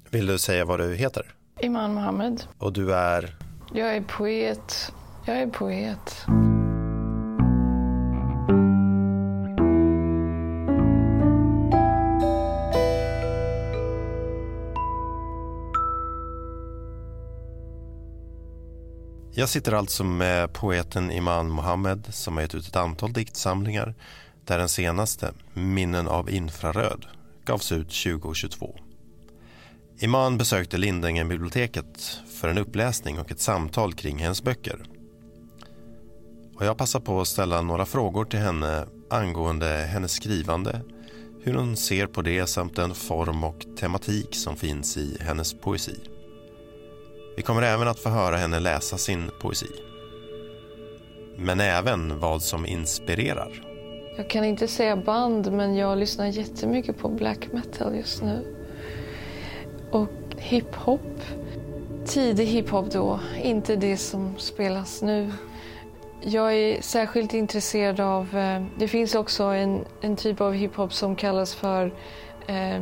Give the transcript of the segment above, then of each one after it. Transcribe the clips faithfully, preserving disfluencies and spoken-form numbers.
Vill du säga vad du heter? Iman Mohammed. Och du är? Jag är poet. Jag är poet. Jag sitter alltså med poeten Iman Mohammed som har gett ut ett antal diktsamlingar där den senaste, Minnen av infraröd, gavs ut tjugohundratjugotvå. Iman besökte Lindängen-biblioteket för en uppläsning och ett samtal kring hennes böcker. Och jag passar på att ställa några frågor till henne angående hennes skrivande, hur hon ser på det samt den form och tematik som finns i hennes poesi. Vi kommer även att få höra henne läsa sin poesi. Men även vad som inspirerar. Jag kan inte säga band, men jag lyssnar jättemycket på black metal just nu. Och hiphop. Tidig hiphop då, inte det som spelas nu. Jag är särskilt intresserad av... Det finns också en, en typ av hiphop som kallas för eh,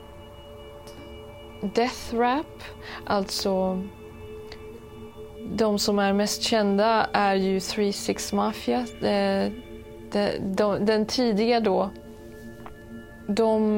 death rap. Alltså... De som är mest kända är ju Three Six Mafia. De, de, de, den tidiga då. De...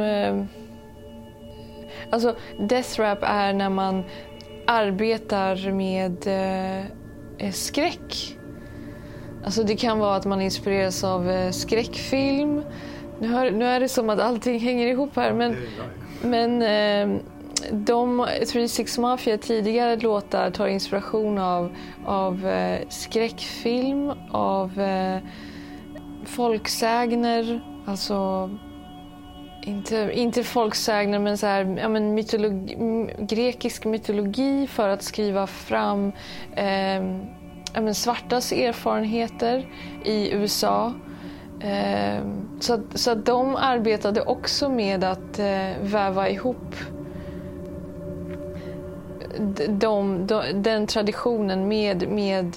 Alltså, death rap är när man arbetar med eh, skräck. Alltså det kan vara att man inspireras av eh, skräckfilm. Nu, hör, nu är det som att allting hänger ihop här. Men... men eh, De Three Six Mafia tidigare låtar tar inspiration av, av eh, skräckfilm, av eh, folksägner, alltså inte, inte folksägner men, så här, ja, men mytologi, grekisk mytologi för att skriva fram eh, ja, men svartas erfarenheter i U S A. Eh, så, så att de arbetade också med att eh, väva ihop De, de, den traditionen med, med,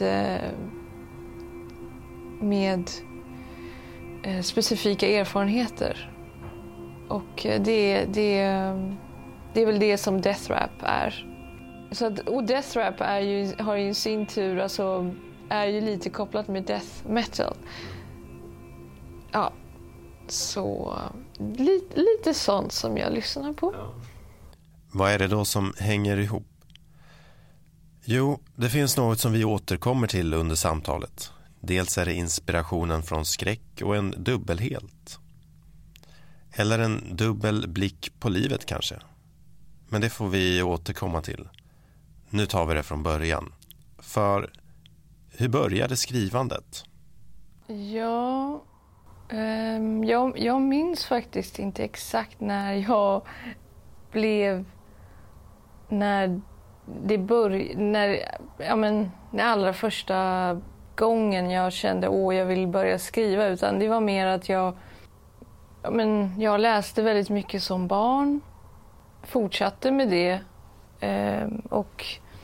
med specifika erfarenheter. Och det, det, det är väl det som death rap är. Så att, och death rap är ju, har ju sin tur, alltså, är ju lite kopplat med death metal. Ja, så lite, lite sånt som jag lyssnar på. Vad är det då som hänger ihop? Jo, det finns något som vi återkommer till under samtalet. Dels är det inspirationen från skräck och en dubbelhet. Eller en dubbel blick på livet kanske. Men det får vi återkomma till. Nu tar vi det från början. För hur började skrivandet? Ja, um, jag, jag minns faktiskt inte exakt när jag blev... När... Det började när, ja men, den allra första gången jag kände att jag vill börja skriva, utan det var mer att jag, ja men, jag läste väldigt mycket som barn, fortsatte med det eh, och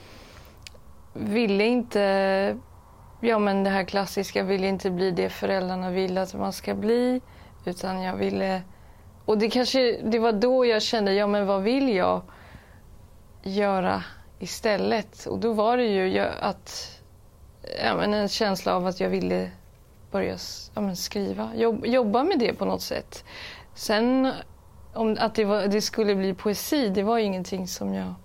ville inte, ja men det här klassiska, ville inte bli det föräldrarna vill att man ska bli, utan jag ville, och det kanske, det var då jag kände, ja men vad vill jag göra istället? Och då var det ju att, ja, men en känsla av att jag ville börja, ja, men skriva, Jobb, jobba med det på något sätt. Sen om att det, var, det skulle bli poesi, det var ju ingenting som jag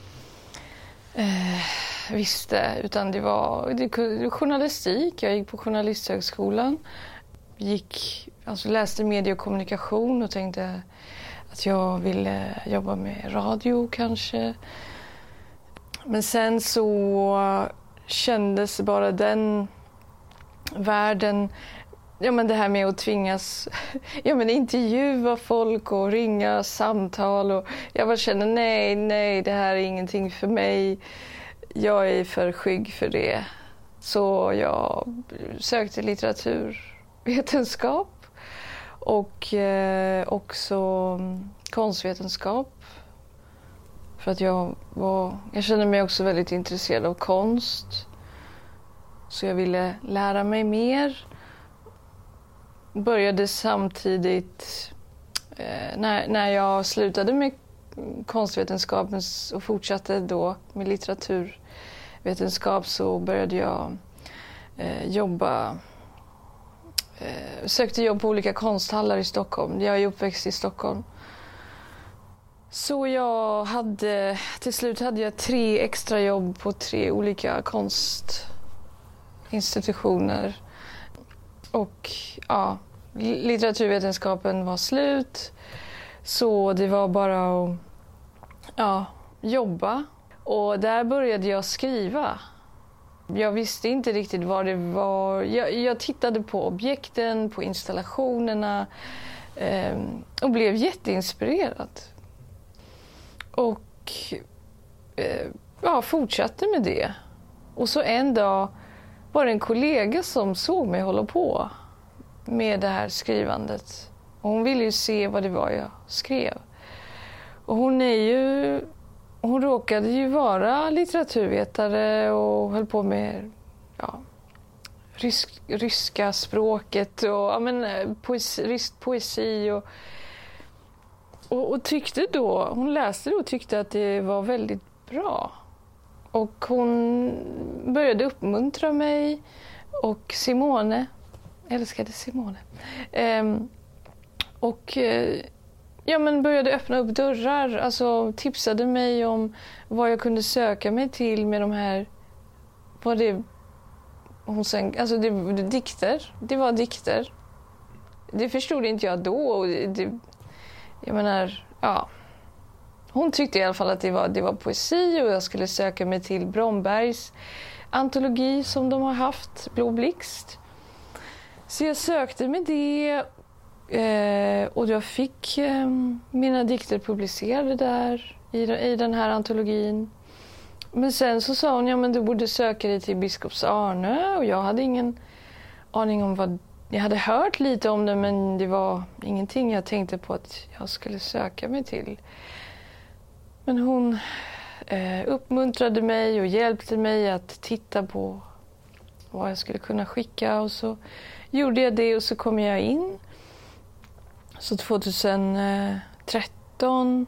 eh, visste, utan det var det, journalistik. Jag gick på journalisthögskolan, gick, alltså läste medie och kommunikation och tänkte att jag ville jobba med radio kanske. Men sen så kändes bara den världen, ja men det här med att tvingas, ja men intervjua folk och ringa samtal, och jag bara kände nej, nej, det här är ingenting för mig. Jag är för skygg för det. Så jag sökte litteraturvetenskap och eh, också konstvetenskap. För att jag var, jag kände mig också väldigt intresserad av konst. Så jag ville lära mig mer. Började samtidigt, eh, när, när jag slutade med, konstvetenskapen och fortsatte då med litteraturvetenskap så började jag eh, jobba, eh, sökte jobb på olika konsthallar i Stockholm. Jag är uppväxt i Stockholm. Så jag hade, till slut hade jag tre extra jobb på tre olika konstinstitutioner. Och ja, litteraturvetenskapen var slut. Så det var bara att ja, jobba. Och där började jag skriva. Jag visste inte riktigt vad det var. Jag, jag tittade på objekten, på installationerna eh, och blev jätteinspirerad. Och eh, ja, fortsatte med det. Och så en dag var det en kollega som såg mig hålla på med det här skrivandet. Och hon ville ju se vad det var jag skrev. Och hon är ju... Hon råkade ju vara litteraturvetare och höll på med ja, rysk, ryska språket och ja, men, poesi, rysk poesi. Och, och, och tyckte då, hon läste det och tyckte att det var väldigt bra. Och hon började uppmuntra mig och Simone, älskade Simone. Ehm, och ja, men började öppna upp dörrar, alltså tipsade mig om vad jag kunde söka mig till med de här, vad det, hon sen, alltså det, det dikter, det var dikter. Det förstod inte jag då, och det, jag menar, ja. Hon tyckte i alla fall att det var, det var poesi och jag skulle söka mig till Brombergs antologi som de har haft, Blå blixt. Så jag sökte med det. Eh, och jag fick eh, mina dikter publicerade där i, i den här antologin. Men sen så sa hon, ja men du borde söka dig till Biskops Arnö, och jag hade ingen aning om vad, jag hade hört lite om det men det var ingenting jag tänkte på att jag skulle söka mig till. Men hon eh, uppmuntrade mig och hjälpte mig att titta på vad jag skulle kunna skicka, och så gjorde jag det och så kom jag in. Så tjugohundratretton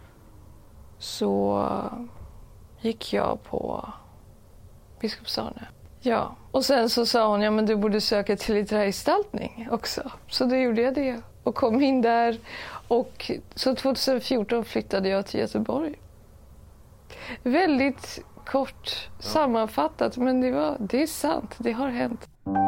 så gick jag på Biskops Arnö. Ja, och sen så sa hon, ja men du borde söka till litterär gestaltning också. Så då gjorde jag det och kom in där. Och så tjugohundrafjorton flyttade jag till Göteborg. Väldigt kort ja. Sammanfattat, men det, var, det är sant, det har hänt.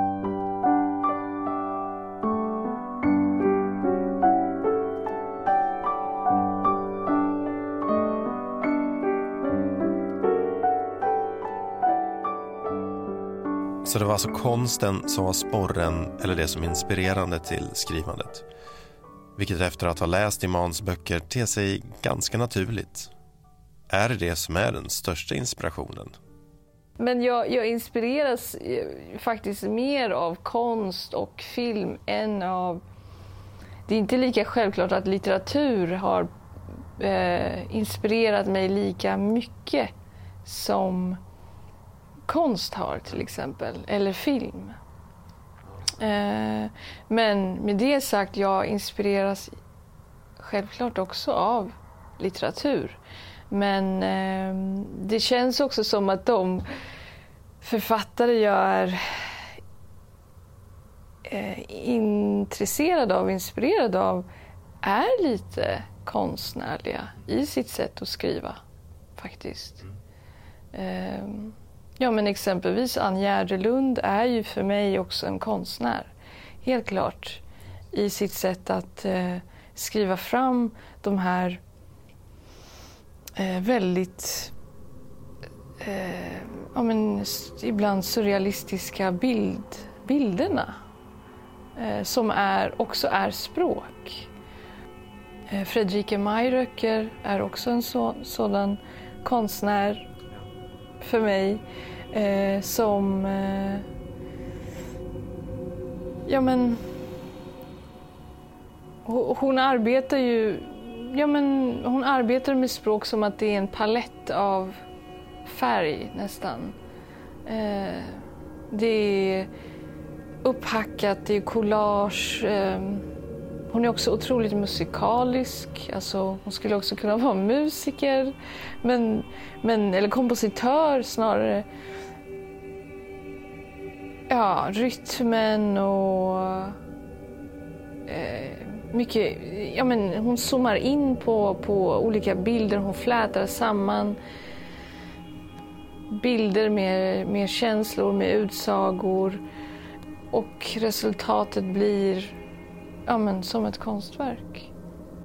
Så det var alltså konsten som var sporren eller det som inspirerande till skrivandet. Vilket efter att ha läst Imans böcker ter sig ganska naturligt. Är det det som är den största inspirationen? Men jag, jag inspireras faktiskt mer av konst och film än av... Det är inte lika självklart att litteratur har eh, inspirerat mig lika mycket som konst har till exempel, eller film. Eh, men med det sagt, jag inspireras självklart också av litteratur. Men eh, det känns också som att de författare jag är eh, intresserad av, inspirerad av, är lite konstnärliga i sitt sätt att skriva faktiskt. Eh, Ja, men exempelvis Ann Gärdelund är ju för mig också en konstnär. Helt klart i sitt sätt att eh, skriva fram de här eh, väldigt eh, ja, men, ibland surrealistiska bild, bilderna eh, som är, också är språk. Eh, Fredrike Mayröcker är också en så, sådan konstnär för mig, eh, som eh, ja men hon arbetar ju ja men hon arbetar med språk som att det är en palett av färg nästan. Eh, det är upphackat, det är collage, eh, Hon är också otroligt musikalisk. Alltså, hon skulle också kunna vara musiker. Men, men, eller kompositör snarare. Ja, rytmen och... Eh, mycket... Ja, men hon zoomar in på, på olika bilder. Hon flätar samman bilder med, med känslor, med utsagor. Och resultatet blir ja, men som ett konstverk.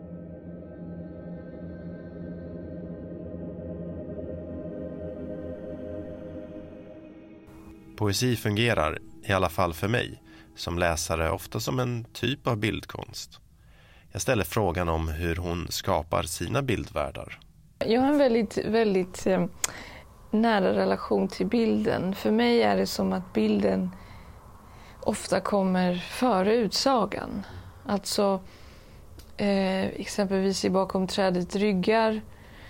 Poesi fungerar, i alla fall för mig, som läsare ofta som en typ av bildkonst. Jag ställer frågan om hur hon skapar sina bildvärldar. Jag har en väldigt, väldigt eh, nära relation till bilden. För mig är det som att bilden ofta kommer före utsagan. Alltså eh, exempelvis i Bakom trädet ryggar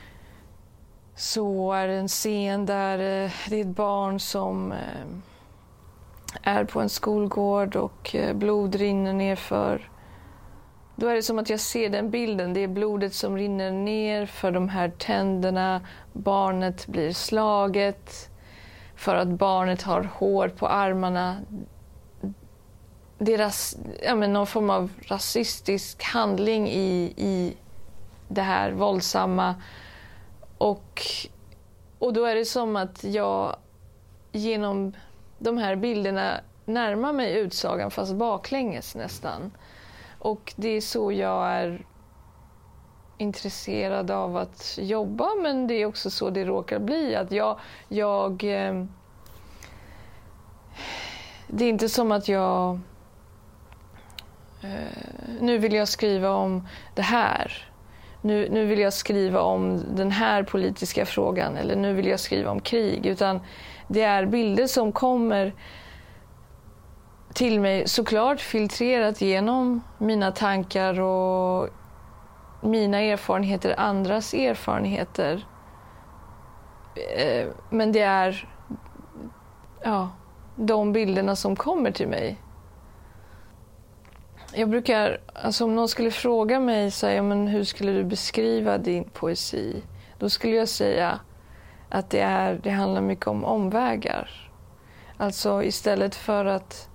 så är det en scen där eh, det är ett barn som eh, är på en skolgård och eh, blod rinner ner för. Då är det som att jag ser den bilden. Det är blodet som rinner ner för de här tänderna. Barnet blir slaget för att barnet har hår på armarna. Det är ras, ja, men någon form av rasistisk handling i, i det här våldsamma. Och, och då är det som att jag genom de här bilderna närmar mig utsagan fast baklänges nästan. Och det är så jag är intresserad av att jobba, men det är också så det råkar bli. Att jag, jag, det är inte som att jag... Nu vill jag skriva om det här. Nu, nu vill jag skriva om den här politiska frågan. Eller nu vill jag skriva om krig. Utan det är bilder som kommer till mig, såklart filtrerat genom mina tankar och mina erfarenheter, andras erfarenheter. Men det är ja, de bilderna som kommer till mig. Jag brukar, alltså om någon skulle fråga mig så här, men hur skulle du beskriva din poesi? Då skulle jag säga att det, är, det handlar mycket om omvägar. Alltså istället för att...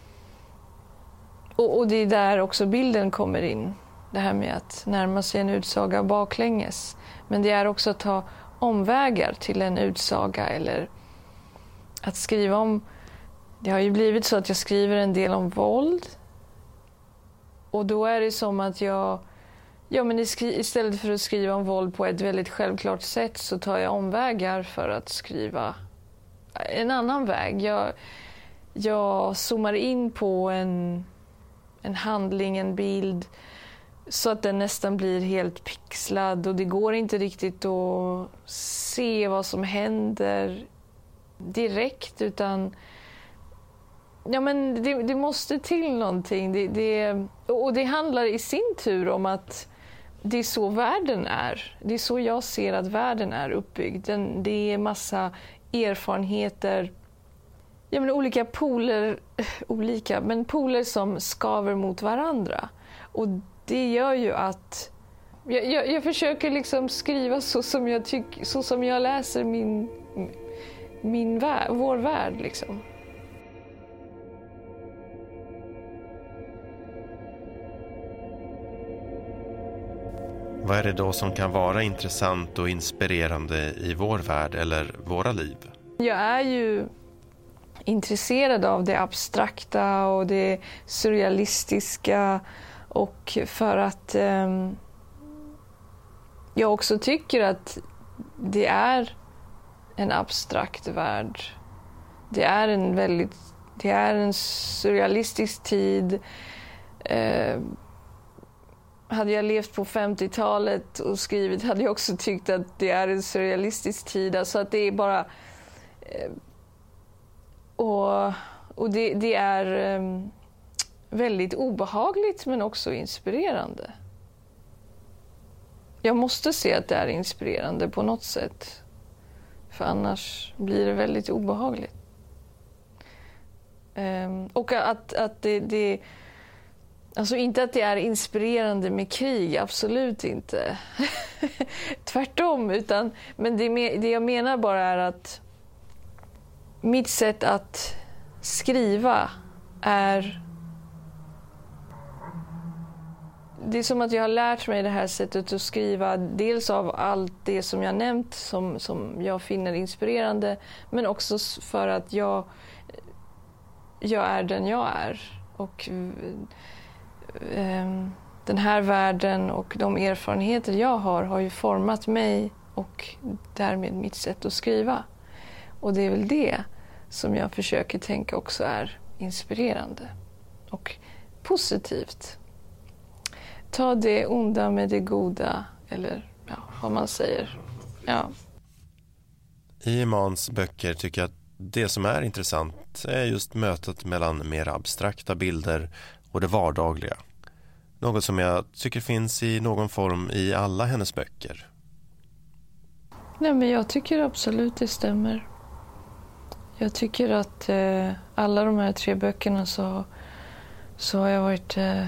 Och, och det är där också bilden kommer in. Det här med att närma sig en utsaga baklänges. Men det är också att ta omvägar till en utsaga eller att skriva om... Det har ju blivit så att jag skriver en del om våld. Och då är det som att jag... Ja, men istället för att skriva om våld på ett väldigt självklart sätt så tar jag omvägar för att skriva en annan väg. Jag, jag zoomar in på en, en handling, en bild så att den nästan blir helt pixlad och det går inte riktigt att se vad som händer direkt utan... Ja, men det, det måste till någonting. Det, det, och det handlar i sin tur om att det är så världen är. Det är så jag ser att världen är uppbyggd. Den, det är massa erfarenheter. Ja, men olika poler, olika, men poler som skaver mot varandra. Och det gör ju att... Jag, jag, jag försöker liksom skriva så som jag, tyck, så som jag läser min, min värld, vår värld liksom. Vad är det då som kan vara intressant och inspirerande i vår värld eller våra liv? Jag är ju intresserad av det abstrakta och det surrealistiska och för att eh, jag också tycker att det är en abstrakt värld. Det är en väldigt, det är en surrealistisk tid. Eh, Hade jag levt på femtiotalet och skrivit hade jag också tyckt att det är en surrealistisk tid. Alltså att det är bara... Eh, och och det, det är eh, väldigt obehagligt men också inspirerande. Jag måste se att det är inspirerande på något sätt. För annars blir det väldigt obehagligt. Eh, och att, att det... det Alltså inte att det är inspirerande med krig, absolut inte. Tvärtom, utan, men det, det jag menar bara är att mitt sätt att skriva är... Det är som att jag har lärt mig det här sättet att skriva, dels av allt det som jag nämnt som, som jag finner inspirerande, men också för att jag, jag är den jag är. Och eh, den här världen och de erfarenheter jag har har ju format mig och därmed mitt sätt att skriva. Och det är väl det som jag försöker tänka också är inspirerande och positivt. Ta det onda med det goda, eller ja, vad man säger. Ja. I Imans böcker tycker jag att det som är intressant är just mötet mellan mer abstrakta bilder och det vardagliga. Något som jag tycker finns i någon form i alla hennes böcker. Nej, men jag tycker absolut det stämmer. Jag tycker att eh, alla de här tre böckerna så, så har jag varit eh,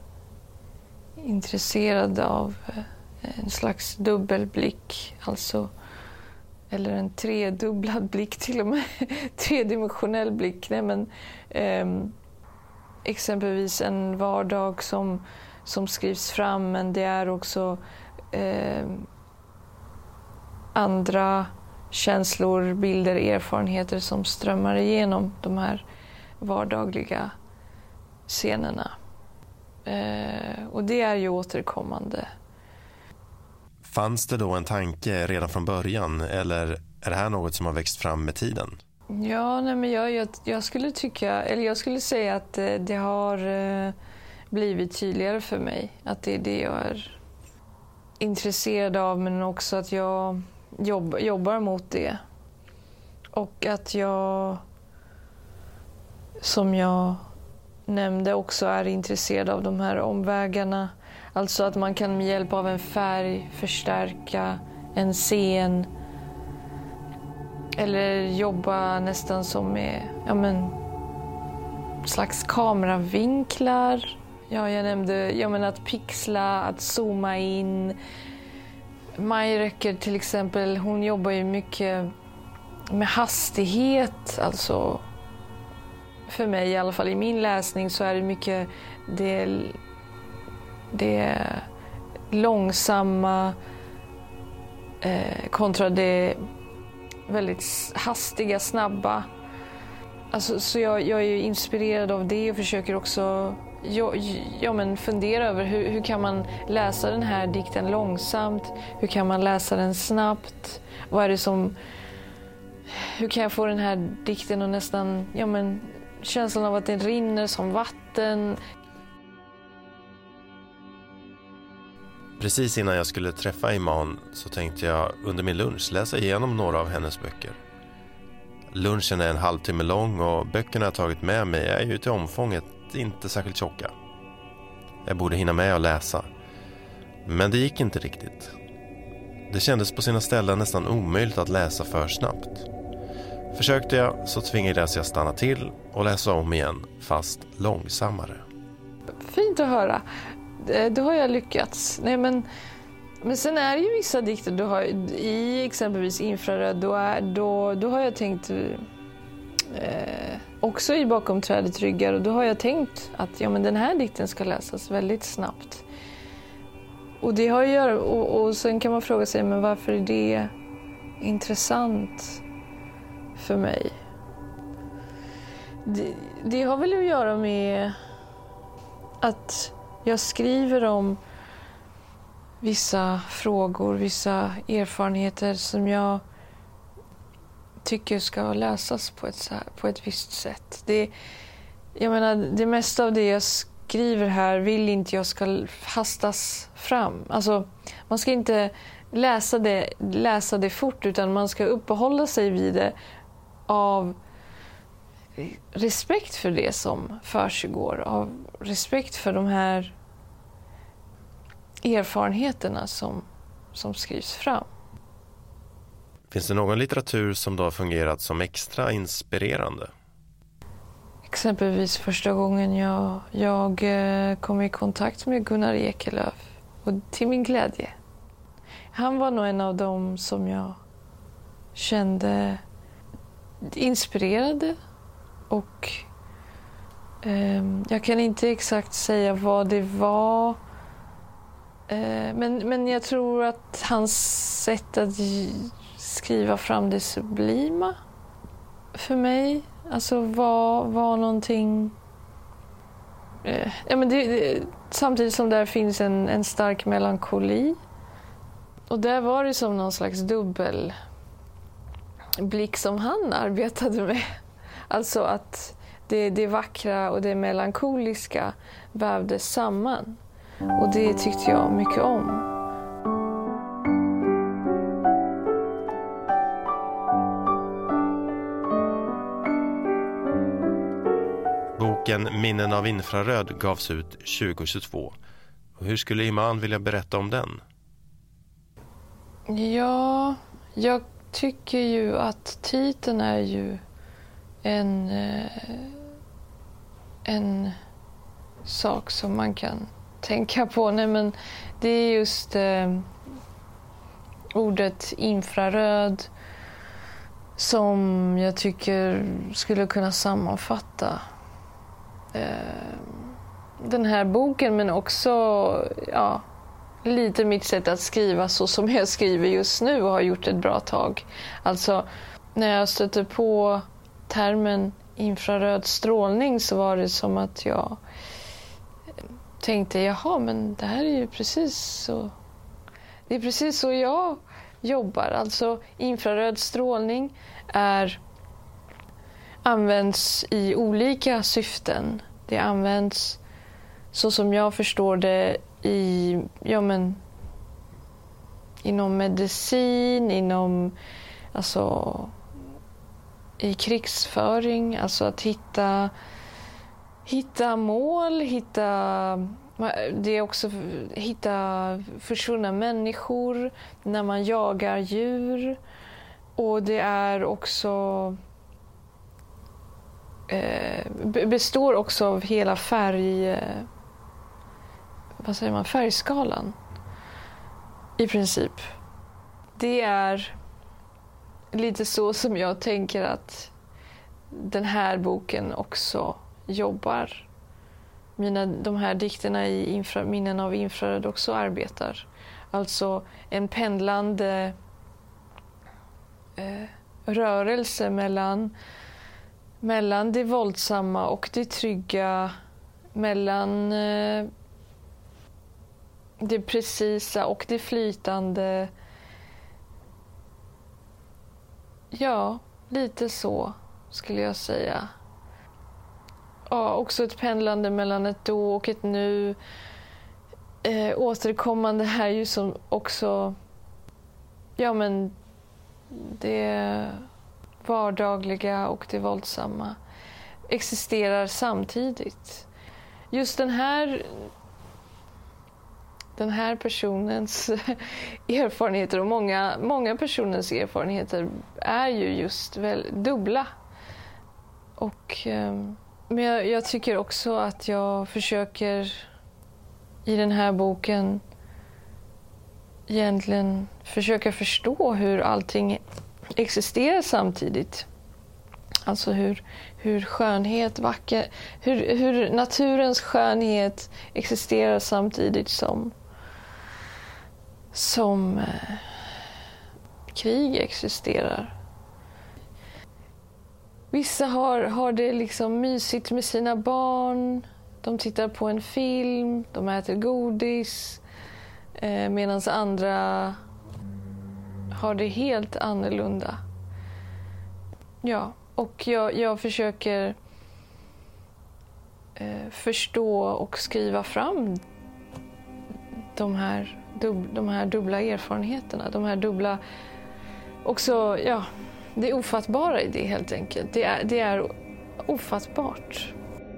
intresserad av eh, en slags dubbelblick, alltså, eller en tredubblad blick till och med, tredimensionell blick. Nej, men, eh, exempelvis en vardag som, som skrivs fram, men det är också eh, andra känslor, bilder, erfarenheter som strömmar igenom de här vardagliga scenerna. Eh, och det är ju återkommande. Fanns det då en tanke redan från början, eller är det här något som har växt fram med tiden? Ja, nej, men jag, jag, jag skulle tycka, eller jag skulle säga att eh, det har eh, blivit tydligare för mig. Att det är det jag är intresserad av, men också att jag jobb, jobbar mot det. Och att jag, som jag nämnde, också är intresserad av de här omvägarna. Alltså att man kan med hjälp av en färg förstärka en scen. Eller jobba nästan som med, ja men, slags kameravinklar. Ja, jag nämnde, ja men att pixla, att zooma in. Maj Röcker till exempel, hon jobbar ju mycket med hastighet. Alltså, för mig i alla fall, i min läsning så är det mycket det, det långsamma eh, kontra det väldigt hastiga, snabba. Alltså, så jag, jag är ju inspirerad av det och försöker också ja, ja, men fundera över hur, hur kan man läsa den här dikten långsamt? Hur kan man läsa den snabbt? Vad är det som... Hur kan jag få den här dikten och nästan... Ja, men, känslan av att den rinner som vatten. Precis innan jag skulle träffa Iman så tänkte jag under min lunch läsa igenom några av hennes böcker. Lunchen är en halvtimme lång och böckerna jag tagit med mig är ju till omfånget inte särskilt tjocka. Jag borde hinna med att läsa. Men det gick inte riktigt. Det kändes på sina ställen nästan omöjligt att läsa för snabbt. Försökte jag så tvingades jag stanna till och läsa om igen, fast långsammare. Fint att höra. Då har jag lyckats. Nej, men, men sen är det ju vissa dikter du har, i exempelvis Infraröd, då, är, då, då har jag tänkt eh, också i Bakom trädet ryggar, och då har jag tänkt att ja, men den här dikten ska läsas väldigt snabbt. Och det har att göra, och, och sen kan man fråga sig, men varför är det intressant för mig? Det, det har väl att göra med att jag skriver om vissa frågor, vissa erfarenheter som jag tycker ska läsas på ett, så här, på ett visst sätt. Det, jag menar, det mesta av det jag skriver här vill inte jag ska hastas fram. Alltså, man ska inte läsa det, läsa det fort, utan man ska uppehålla sig vid det av respekt för det som försiggår, av respekt för de här erfarenheterna som, som skrivs fram. Finns det någon litteratur som då har fungerat som extra inspirerande? exempelvis första gången jag, jag kom i kontakt med Gunnar Ekelöf, och till min glädje. Han var nog en av dem som jag kände inspirerade, och eh, jag kan inte exakt säga vad det var, eh, men, men jag tror att hans sätt att skriva fram det sublima för mig alltså var, var någonting eh, ja, men det, det, samtidigt som där finns en, en stark melankoli, och där var det som någon slags dubbel blick som han arbetade med. Alltså att det, det vackra och det melankoliska vävdes samman. Och det tyckte jag mycket om. Boken Minnen av infraröd gavs ut tjugohundratjugotvå. Och hur skulle Iman vilja berätta om den? Ja, jag tycker ju att titeln är ju en, en sak som man kan tänka på. Nej, men det är just eh, ordet infraröd som jag tycker skulle kunna sammanfatta eh, den här boken, men också ja, lite mitt sätt att skriva så som jag skriver just nu och har gjort ett bra tag. Alltså, när jag stötte på termen infraröd strålning så var det som att jag tänkte, jaha, men det här är ju precis så. Det är precis så jag jobbar. Alltså, infraröd strålning är, används i olika syften. Det används så som jag förstår det i, ja men, inom medicin, inom, alltså, i krigsföring, alltså att hitta, hitta mål, hitta, det är också hitta försvunna människor när man jagar djur, och det är också eh, består också av hela färg, eh, vad säger man, färgskalan i princip. Det är lite så som jag tänker att den här boken också jobbar. Mina, de här dikterna i infra, Minnen av infraröd också arbetar. Alltså en pendlande eh, rörelse mellan, mellan det våldsamma och det trygga, mellan eh, det precisa och det flytande. Ja, lite så skulle jag säga. Ja, också ett pendlande mellan ett då och ett nu. Eh, återkommande här ju som också, ja men det vardagliga och det våldsamma existerar samtidigt. Just den här den här personens erfarenheter och många, många personens erfarenheter är ju just väl dubbla. Och, men jag, jag tycker också att jag försöker i den här boken egentligen försöka förstå hur allting existerar samtidigt. Alltså hur, hur skönhet, vacker, hur, hur naturens skönhet existerar samtidigt som som eh, krig existerar. Vissa har, har det liksom mysigt med sina barn. De tittar på en film, de äter godis. Eh, medan andra har det helt annorlunda. Ja, och jag, jag försöker eh, förstå och skriva fram de här, dub, de här dubbla erfarenheterna. De här dubbla, också, ja, det ofattbara i det helt enkelt. Det är, det är ofattbart.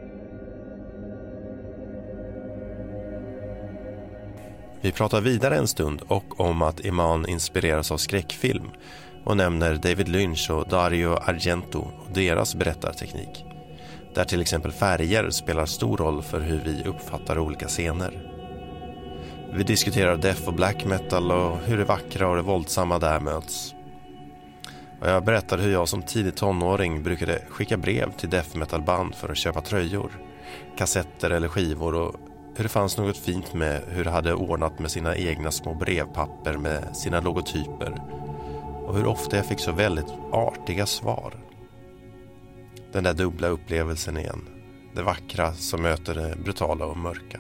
Vi pratar vidare en stund och om att Iman inspireras av skräckfilm och nämner David Lynch och Dario Argento och deras berättarteknik. där till exempel färger spelar stor roll för hur vi uppfattar olika scener. Vi diskuterar death och black metal och hur det vackra och det våldsamma där möts. Och jag berättar hur jag som tidig tonåring brukade skicka brev till death metal-band för att köpa tröjor, kassetter eller skivor, och hur det fanns något fint med hur det hade ordnat med sina egna små brevpapper med sina logotyper, och hur ofta jag fick så väldigt artiga svar. Den där dubbla upplevelsen igen, det vackra som möter det brutala och mörka.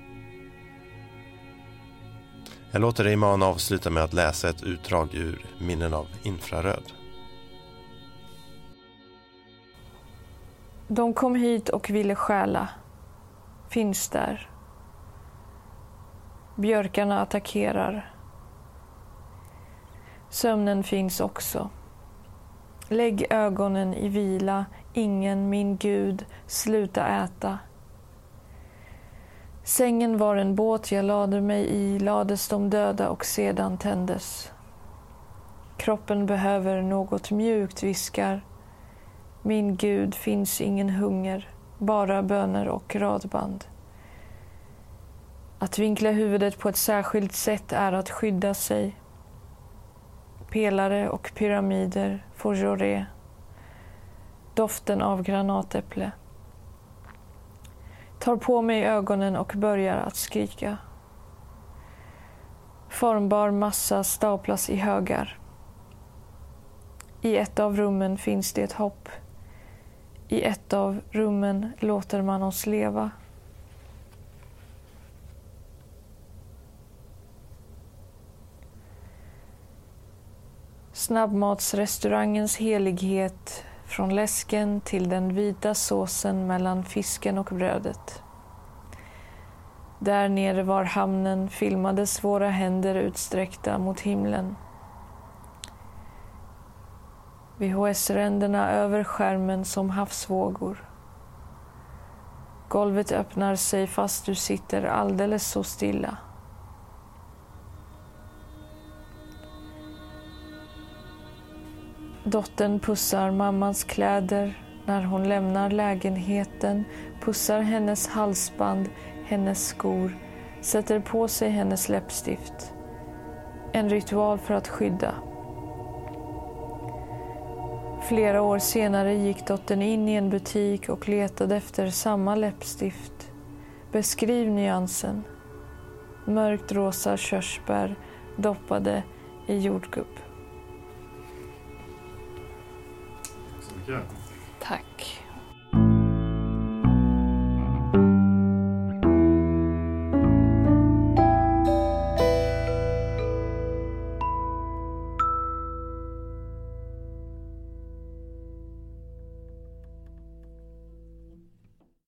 Jag låter Iman avsluta med att läsa ett utdrag ur Minnen av infraröd. De kom hit och ville stjäla. Finns där. Björkarna attackerar. Sömnen finns också. Lägg ögonen i vila, ingen, min Gud, sluta äta. Sängen var en båt jag lade mig i, lades de döda och sedan tändes. Kroppen behöver något mjukt, viskar. Min Gud, finns ingen hunger, bara böner och radband. Att vinkla huvudet på ett särskilt sätt är att skydda sig. Pelare och pyramider, forgeré. Doften av granatäpple. Tar på mig ögonen och börjar att skrika. Formbar massa staplas i högar. I ett av rummen finns det ett hopp. I ett av rummen låter man oss leva. Snabbmatsrestaurangens helighet, från läsken till den vita såsen mellan fisken och brödet. Där nere var hamnen, filmades våra händer utsträckta mot himlen. V H S-ränderna över skärmen som havsvågor. Golvet öppnar sig fast du sitter alldeles så stilla. Dottern pussar mammans kläder när hon lämnar lägenheten, pussar hennes halsband, hennes skor, sätter på sig hennes läppstift. En ritual för att skydda. Flera år senare gick dottern in i en butik och letade efter samma läppstift. Beskriv nyansen. Mörkt rosa körsbär doppade i jordgubb. Tack så mycket. Tack.